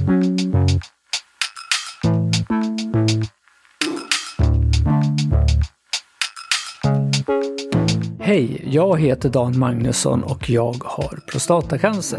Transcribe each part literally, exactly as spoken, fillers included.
Hej, jag heter Dan Magnusson och jag har prostatacancer.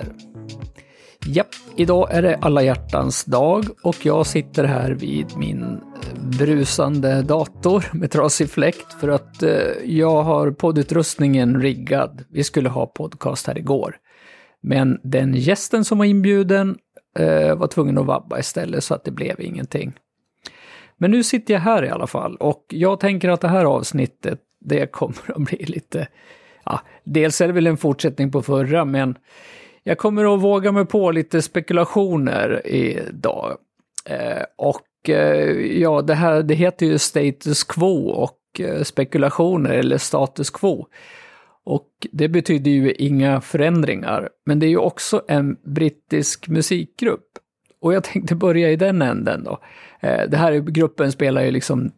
Japp, idag är det alla hjärtans dag och jag sitter här vid min brusande dator med trasig fläkt för att eh, jag har poddutrustningen riggad. Vi skulle ha podcast här igår. Men den gästen som var inbjuden eh, var tvungen att vabba istället så att det blev ingenting. Men nu sitter jag här i alla fall och jag tänker att det här avsnittet det kommer att bli lite, ja, dels är det väl en fortsättning på förra, men jag kommer att våga mig på lite spekulationer idag. Eh, och eh, ja, det här, det heter ju status quo och eh, spekulationer eller status quo. Och det betyder ju inga förändringar, men det är ju också en brittisk musikgrupp. Och jag tänkte börja i den änden då. Eh, det här är, gruppen spelar ju liksom,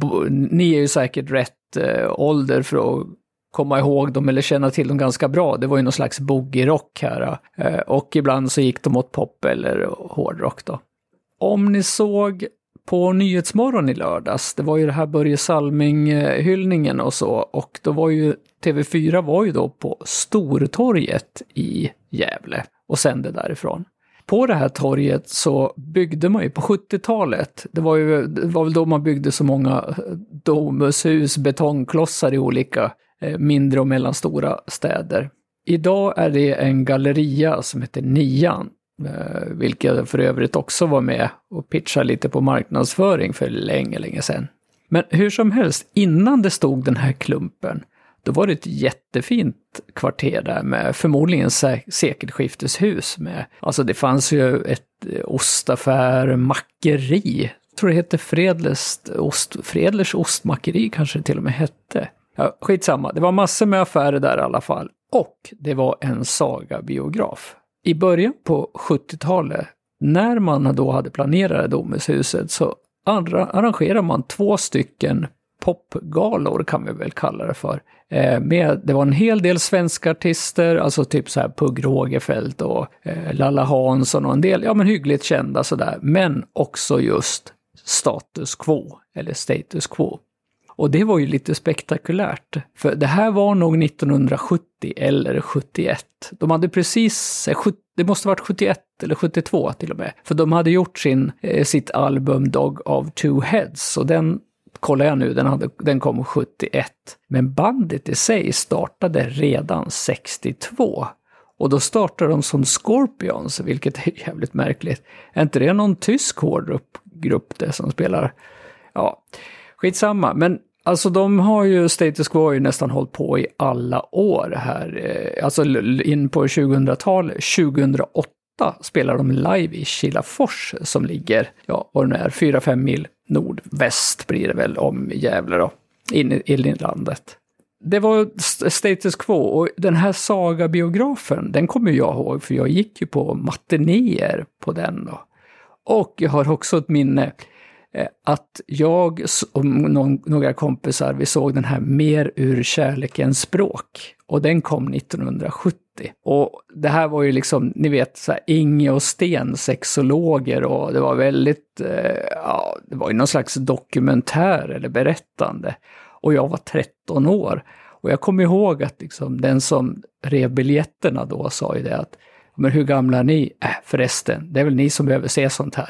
ni är ju säkert rätt eh, ålder för att komma ihåg dem eller känna till dem ganska bra. Det var ju någon slags boogie-rock här. Eh, och ibland så gick de åt pop eller hårdrock då. Om ni såg på Nyhetsmorgon i lördags, det var ju det här Börje Salming-hyllningen och så. Och då var ju T V fyra var ju då på Stortorget i Gävle och sände därifrån. På det här torget så byggde man ju på sjuttiotalet. Det var ju det var väl då man byggde så många domushus, betongklossar i olika eh, mindre och mellanstora städer. Idag är det en galleria som heter Nian, eh, vilket för övrigt också var med och pitchade lite på marknadsföring för länge, länge sedan. Men hur som helst, innan det stod den här klumpen, då var det ett jättefint kvarter där med förmodligen sekelskifteshus med, alltså det fanns ju ett ostaffär, mackeri, jag tror det hette Fredlers, ost, Fredlers ostmackeri kanske det till och med hette. Ja, skitsamma, det var massor med affärer där i alla fall. Och det var en Saga-biograf. I början på sjuttiotalet, när man då hade planerat Domushuset så arrangerade man två stycken popgalor kan vi väl kalla det för. Eh, med, det var en hel del svenska artister, alltså typ så här Pugh Rogefeldt och eh, Lalla Hansson och en del, ja men hyggligt kända sådär. Men också just status quo, eller status quo. Och det var ju lite spektakulärt. För det här var nog nittonhundrasjuttio eller sjuttioett. De hade precis, det måste ha varit sjuttioett eller sjuttiotvå till och med. För de hade gjort sin, eh, sitt album Dog of Two Heads. Och den kollar jag nu, den, hade, den kom sjuttioett. Men bandet i sig startade redan sextiotvå. Och då startade de som Scorpions, vilket är jävligt märkligt. Är inte det någon tysk hårdrockgrupp det som spelar? Ja, skitsamma. Men alltså de har ju, Status Quo har ju nästan hållit på i alla år här. Alltså in på tjugohundratalet, tjugohundraåtta spelar de live i Kilafors som ligger, ja vad det är, fyra fem mil nordväst blir det väl om Gävle då, in i inlandet. Det var status quo och den här Saga-biografen, den kommer jag ihåg för jag gick ju på matinéer på den då. Och jag har också ett minne eh, att jag och någon, några kompisar, vi såg den här Mer ur kärlekens språk och den kom nittonhundrasjuttio. Och det här var ju liksom, ni vet, så här Inge och Sten, sexologer och det var väldigt, eh, ja, det var ju någon slags dokumentär eller berättande. Och jag var tretton år. Och jag kommer ihåg att liksom, den som rev biljetterna då sa ju det att, men hur gamla är ni? Äh, förresten, det är väl ni som behöver se sånt här.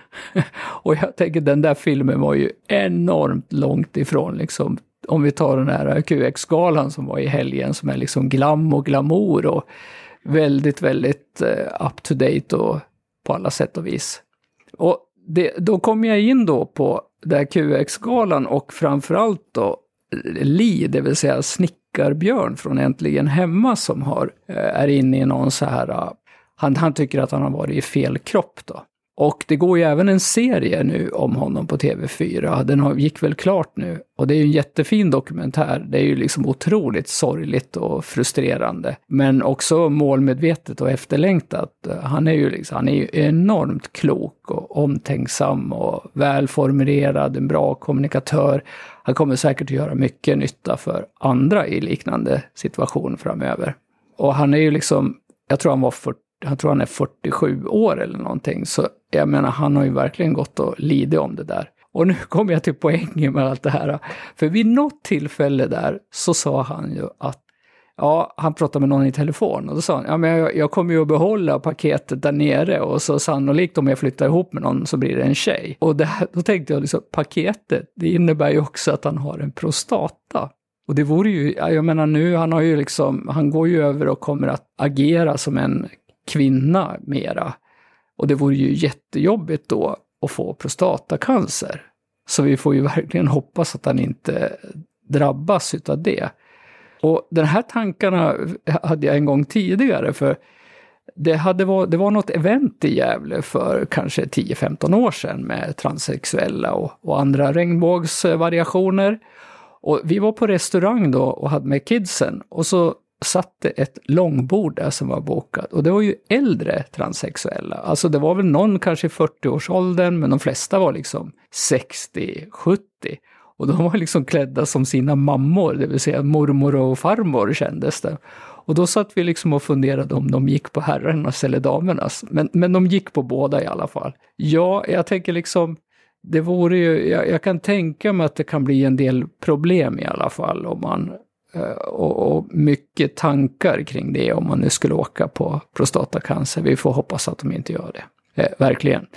Och jag tänker, den där filmen var ju enormt långt ifrån liksom, om vi tar den här Q X-galan som var i helgen som är liksom glam och glamour och väldigt, väldigt uh, up to date och på alla sätt och vis. Och det, då kom jag in då på där Q X-galan och framförallt då Li, det vill säga Snickarbjörn från Äntligen Hemma som har, uh, är inne i någon så här, uh, han, han tycker att han har varit i fel kropp då. Och det går ju även en serie nu om honom på T V fyra. Den har, gick väl klart nu. Och det är ju en jättefin dokumentär. Det är ju liksom otroligt sorgligt och frustrerande. Men också målmedvetet och efterlängtat. Han är ju, liksom, han är ju enormt klok och omtänksam och välformulerad. En bra kommunikatör. Han kommer säkert att göra mycket nytta för andra i liknande situation framöver. Och han är ju liksom, jag tror han var fyrtio, jag tror han är fyrtiosju år eller någonting. Så jag menar, han har ju verkligen gått och lidit om det där. Och nu kommer jag till poängen med allt det här. För vid något tillfälle där så sa han ju att, ja, han pratade med någon i telefon och då sa han, ja men jag, jag kommer ju att behålla paketet där nere och så sannolikt om jag flyttar ihop med någon så blir det en tjej. Och det här, då tänkte jag liksom, paketet, det innebär ju också att han har en prostata. Och det vore ju, jag menar nu, han har ju liksom, han går ju över och kommer att agera som en kvinna mera. Och det vore ju jättejobbigt då att få prostatacancer. Så vi får ju verkligen hoppas att han inte drabbas utav det. Och den här tankarna hade jag en gång tidigare, för det, hade var, det var något event i Gävle för kanske tio femton år sedan med transsexuella och, och andra regnbågsvariationer. Och vi var på restaurang då och hade med kidsen och så satt det ett långbord där som var bokat. Och det var ju äldre transsexuella. Alltså det var väl någon kanske i fyrtio-årsåldern, men de flesta var liksom sextio sjuttio. Och de var liksom klädda som sina mammor, det vill säga mormor och farmor kändes det. Och då satt vi liksom och funderade om de gick på herrarnas eller damernas. Men, men de gick på båda i alla fall. Ja, jag tänker liksom, det vore ju, jag, jag kan tänka mig att det kan bli en del problem i alla fall om man, och, och mycket tankar kring det om man nu skulle åka på prostatacancer. Vi får hoppas att de inte gör det. Eh, verkligen.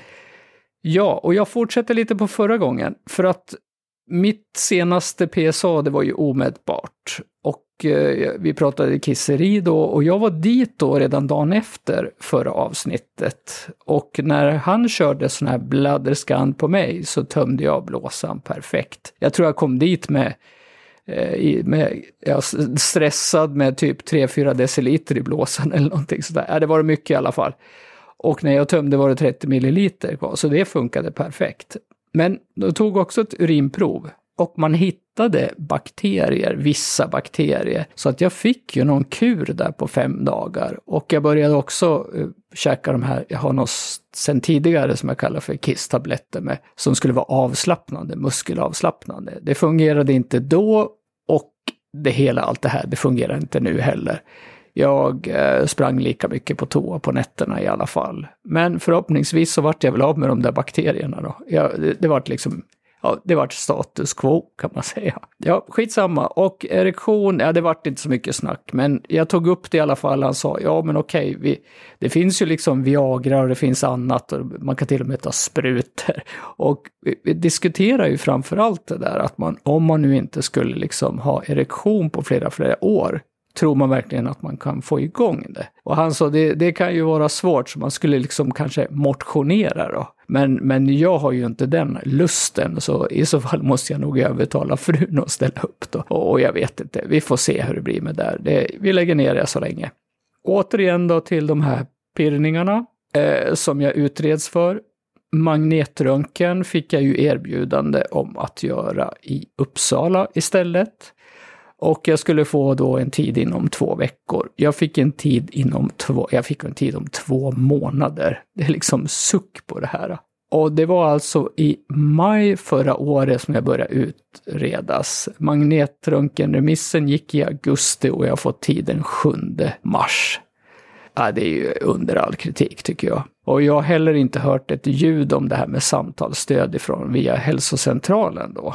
Ja, och jag fortsätter lite på förra gången. För att mitt senaste P S A, det var ju omätbart. Och eh, vi pratade kisseri då. Och jag var dit då redan dagen efter förra avsnittet. Och när han körde sån här bladderskan på mig så tömde jag blåsan perfekt. Jag tror jag kom dit med, eh, i, med jag stressad med typ tre fyra deciliter i blåsan eller någonting sådär. Ja, det var mycket i alla fall. Och när jag tömde var det trettio milliliter kvar. Så det funkade perfekt. Men de tog också ett urinprov och man hittade bakterier, vissa bakterier. Så att jag fick ju någon kur där på fem dagar. Och jag började också uh, käka de här, jag har något sen tidigare som jag kallar för kisstabletter med, som skulle vara avslappnande, muskelavslappnande. Det fungerade inte då och det hela, allt det här, det fungerar inte nu heller. Jag eh, sprang lika mycket på toa på nätterna i alla fall. Men förhoppningsvis så vart jag väl av med de där bakterierna då. Ja, det, det vart liksom, ja, det vart status quo kan man säga. Ja, skitsamma. Och erektion, ja det vart inte så mycket snack. Men jag tog upp det i alla fall. Han sa, ja men okej, vi, det finns ju liksom Viagra och det finns annat. Och man kan till och med ta sprutor. Och vi, vi diskuterar ju framförallt det där att man, om man nu inte skulle liksom ha erektion på flera, flera år, tror man verkligen att man kan få igång det. Och han sa, det, det kan ju vara svårt så man skulle liksom kanske motionera då. Men, men jag har ju inte den lusten så i så fall måste jag nog övertala frun och ställa upp då. Och, och jag vet inte, vi får se hur det blir med det. det vi lägger ner det så länge. Återigen då till de här pirrningarna eh, som jag utreds för. Magnetröntgen fick jag ju erbjudande om att göra i Uppsala istället. Och jag skulle få då en tid inom två veckor. Jag fick en tid inom två, jag fick en tid om två månader. Det är liksom suck på det här. Och det var alltså i maj förra året som jag började utredas. Magnetröntgenremissen gick i augusti och jag har fått tid den sjunde mars. Ja, det är ju under all kritik tycker jag. Och jag har heller inte hört ett ljud om det här med samtalsstöd ifrån via hälsocentralen då.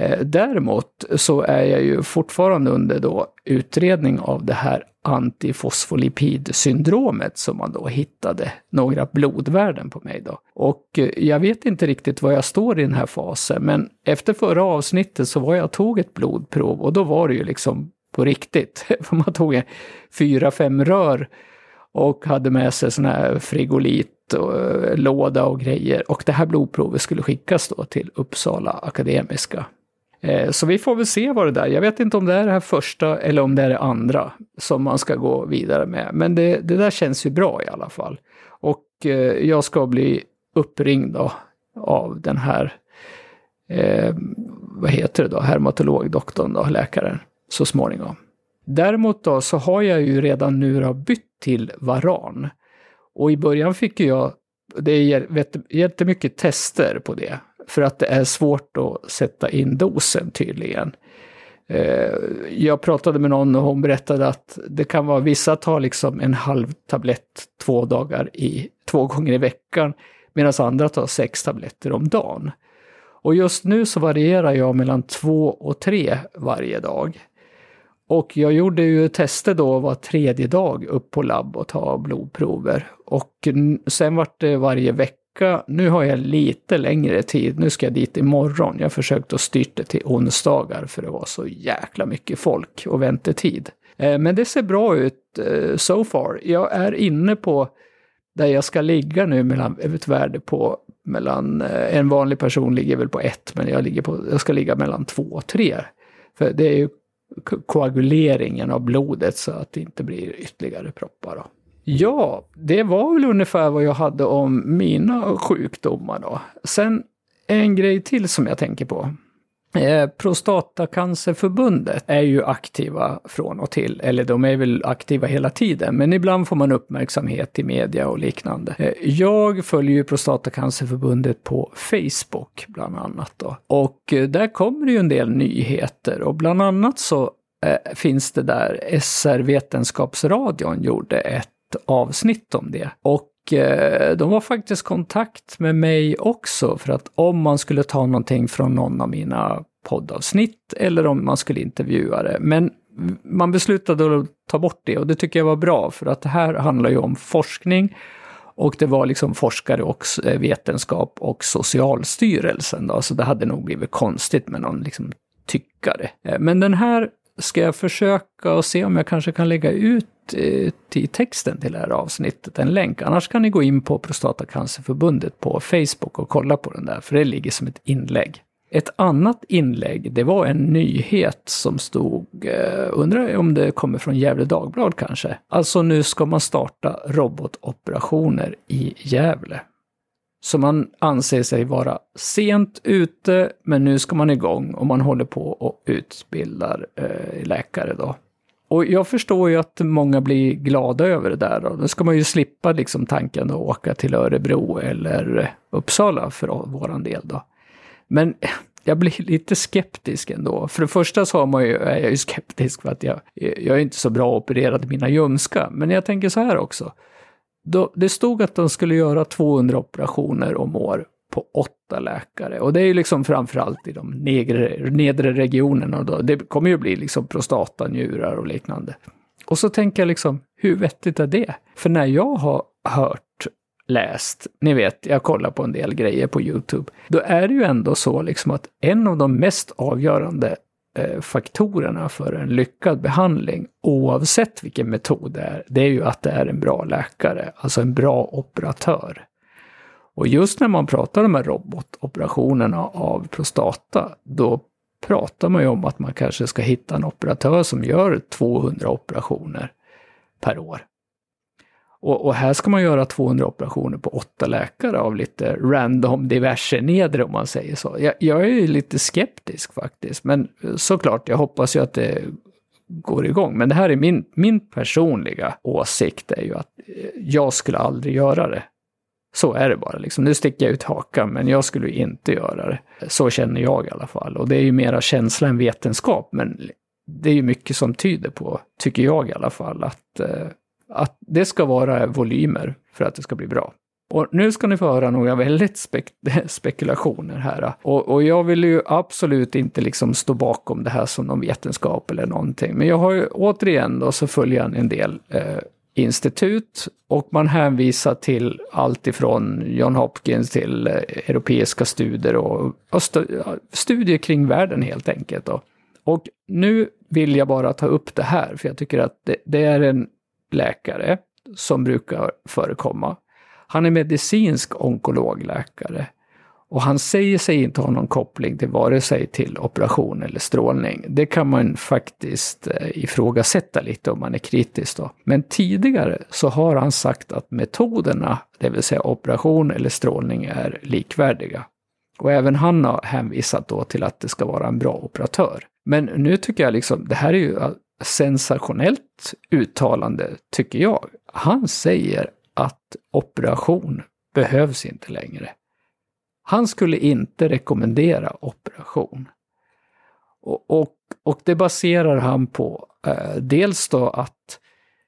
Däremot så är jag ju fortfarande under då utredning av det här antifosfolipidsyndromet som man då hittade några blodvärden på mig då. Och jag vet inte riktigt vad jag står i den här fasen, men efter förra avsnittet så var jag tog ett blodprov och då var det ju liksom på riktigt. Man tog en fyra, fem rör och hade med sig sån här frigolit och låda och grejer. Och det här blodprovet skulle skickas då till Uppsala Akademiska. Så vi får väl se vad det där. Jag vet inte om det är det här första eller om det är det andra som man ska gå vidare med. Men det, det där känns ju bra i alla fall. Och eh, jag ska bli uppringd då av den här, eh, vad heter det då, hermatologdoktorn då, läkaren, så småningom. Däremot då så har jag ju redan nu då bytt till Varan. Och i början fick jag, det är jättemycket tester på det. För att det är svårt att sätta in dosen tydligen. Jag pratade med någon och hon berättade att det kan vara vissa tar liksom en halv tablett två dagar i, två gånger i veckan. medan andra tar sex tabletter om dagen. Och just nu så varierar jag mellan två och tre varje dag. Och jag gjorde ju tester då var tredje dag upp på labb och ta blodprover. Och sen var det varje vecka. Nu har jag lite längre tid. Nu ska jag dit imorgon. Jag försökte att styrt det till onsdagar för det var så jäkla mycket folk och väntetid. Men det ser bra ut so far. Jag är inne på där jag ska ligga nu mellan ett värde på mellan en vanlig person ligger väl på ett, men jag ligger på jag ska ligga mellan två och tre. För det är ju koaguleringen av blodet så att det inte blir ytterligare proppar då. Ja, det var väl ungefär vad jag hade om mina sjukdomar då. Sen en grej till som jag tänker på. Eh, Prostatacancerförbundet är ju aktiva från och till, eller de är väl aktiva hela tiden, men ibland får man uppmärksamhet i media och liknande. Eh, jag följer ju Prostatacancerförbundet på Facebook bland annat då, och eh, där kommer det ju en del nyheter och bland annat så eh, finns det där S R Vetenskapsradion gjorde ett avsnitt om det och de var faktiskt kontakt med mig också för att om man skulle ta någonting från någon av mina poddavsnitt eller om man skulle intervjua det. Men man beslutade att ta bort det och det tycker jag var bra för att det här handlar ju om forskning och det var liksom forskare och vetenskap och Socialstyrelsen då, så det hade nog blivit konstigt med någon liksom tyckare. Men den här ska jag försöka och se om jag kanske kan lägga ut till texten till det här avsnittet en länk. Annars kan ni gå in på Prostatacancerförbundet på Facebook och kolla på den där, för det ligger som ett inlägg. Ett annat inlägg, det var en nyhet som stod, eh, undrar om det kommer från Gävle Dagblad kanske. Alltså nu ska man starta robotoperationer i Gävle. Så man anser sig vara sent ute, men nu ska man igång och man håller på och utbildar eh, läkare då. Och jag förstår ju att många blir glada över det där då. Nu ska man ju slippa liksom tanken att åka till Örebro eller Uppsala för våran del då. Men jag blir lite skeptisk ändå. För det första så har man ju, är jag ju skeptisk för att jag, jag är inte så bra opererad i mina ljumskar. Men jag tänker så här också. Då, det stod att de skulle göra tvåhundra operationer om år på åtta läkare. Och det är ju liksom framförallt i de nedre, nedre regionerna. Då. Det kommer ju bli liksom prostata, njurar och liknande. Och så tänker jag liksom, hur vettigt är det? För när jag har hört, läst, ni vet, jag kollar på en del grejer på YouTube. Då är det ju ändå så liksom att en av de mest avgörande eh, faktorerna för en lyckad behandling, oavsett vilken metod det är, det är ju att det är en bra läkare, alltså en bra operatör. Och just när man pratar om de här robotoperationerna av prostata, då pratar man ju om att man kanske ska hitta en operatör som gör tvåhundra operationer per år. Och, och här ska man göra tvåhundra operationer på åtta läkare av lite random diverse nedre om man säger så. Jag, jag är ju lite skeptisk faktiskt, men såklart jag hoppas ju att det går igång. Men det här är min, min personliga åsikt är ju att jag skulle aldrig göra det. Så är det bara. Liksom. Nu sticker jag ut hakan, men jag skulle inte göra det. Så känner jag i alla fall. Och det är ju mera känsla än vetenskap, men det är ju mycket som tyder på, tycker jag i alla fall, att, att det ska vara volymer för att det ska bli bra. Och nu ska ni få höra några väldigt spek- spekulationer här. Och, och jag vill ju absolut inte liksom stå bakom det här som någon vetenskap eller någonting. Men jag har ju återigen då så följer jag en del eh, institut och man hänvisar till allt ifrån John Hopkins till eh, europeiska studier och, och stu- studier kring världen helt enkelt. Då. Och nu vill jag bara ta upp det här för jag tycker att det, det är en läkare som brukar förekomma. Han är medicinsk onkologläkare och han säger sig inte ha någon koppling till vare sig till operation eller strålning. Det kan man faktiskt ifrågasätta lite om man är kritisk då. Men tidigare så har han sagt att metoderna, det vill säga operation eller strålning, är likvärdiga. Och även han har hänvisat då till att det ska vara en bra operatör. Men nu tycker jag liksom, det här är ju sensationellt uttalande tycker jag. Han säger att operation behövs inte längre. Han skulle inte rekommendera operation. Och, och, och det baserar han på eh, dels då att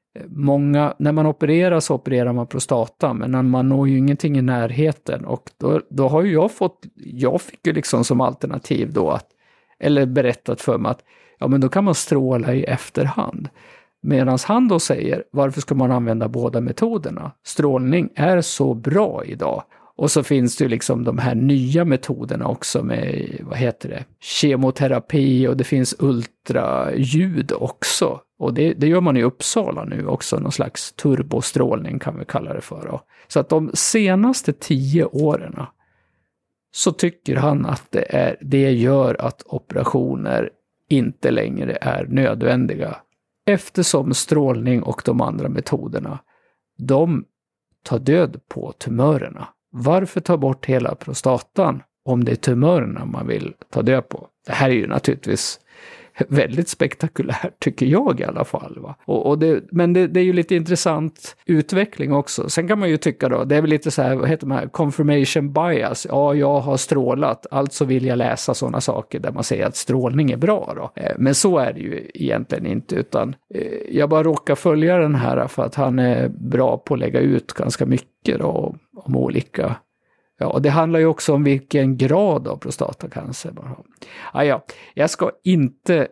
Många, när man opererar så opererar man prostata, men man når ju ingenting i närheten, och då, då har ju jag fått, jag fick ju liksom som alternativ då att, eller berättat för mig att ja, men då kan man stråla i efterhand. Medan han då säger, varför ska man använda båda metoderna? Strålning är så bra idag. Och så finns det ju liksom de här nya metoderna också med, vad heter det, kemoterapi, och det finns ultraljud också. Och det, det gör man i Uppsala nu också, någon slags turbostrålning kan vi kalla det för. Då. Så att de senaste tio åren så tycker han att det, är, det gör att operationer inte längre är nödvändiga. Eftersom strålning och de andra metoderna, de tar död på tumörerna. Varför ta bort hela prostatan om det är tumörerna man vill ta död på? Det här är ju naturligtvis väldigt spektakulärt, tycker jag i alla fall. Va? Och, och det, men det, det är ju lite intressant utveckling också. Sen kan man ju tycka då, det är väl lite så här, vad heter det här, confirmation bias. Ja, jag har strålat, alltså vill jag läsa sådana saker där man säger att strålning är bra då. Men så är det ju egentligen inte, utan jag bara råkar följa den här för att han är bra på att lägga ut ganska mycket då, om olika. Ja, och det handlar ju också om vilken grad av prostatacancer man har. Ah, ja, jag ska inte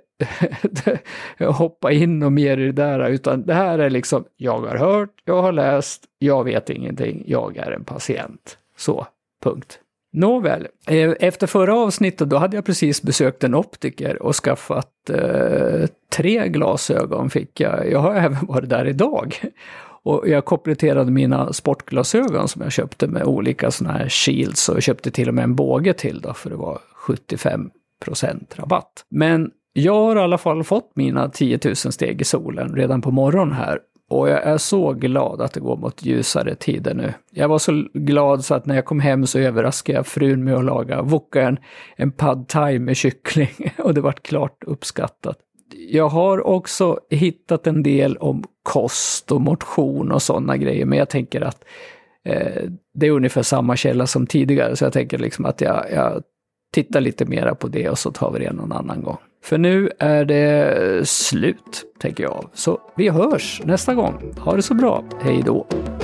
hoppa in och mer i det där, utan det här är liksom, jag har hört, jag har läst, jag vet ingenting, jag är en patient. Så, punkt. Nåväl, efter förra avsnittet då hade jag precis besökt en optiker och skaffat eh, tre glasögon fick jag. Jag har även varit där idag. Och jag kompletterade mina sportglasögon som jag köpte med olika såna här shields, och jag köpte till och med en båge till då, för det var sjuttiofem procent rabatt. Men jag har i alla fall fått mina tio tusen steg i solen redan på morgonen här. Och jag är så glad att det går mot ljusare tider nu. Jag var så glad så att när jag kom hem så överraskade jag frun med att laga wokern, en pad thai med kyckling, och det var klart uppskattat. Jag har också hittat en del om kost och motion och sådana grejer, men jag tänker att eh, det är ungefär samma källa som tidigare, så jag tänker liksom att jag, jag tittar lite mera på det och så tar vi det någon annan gång. För nu är det slut, tänker jag. Så vi hörs nästa gång. Ha det så bra. Hej då!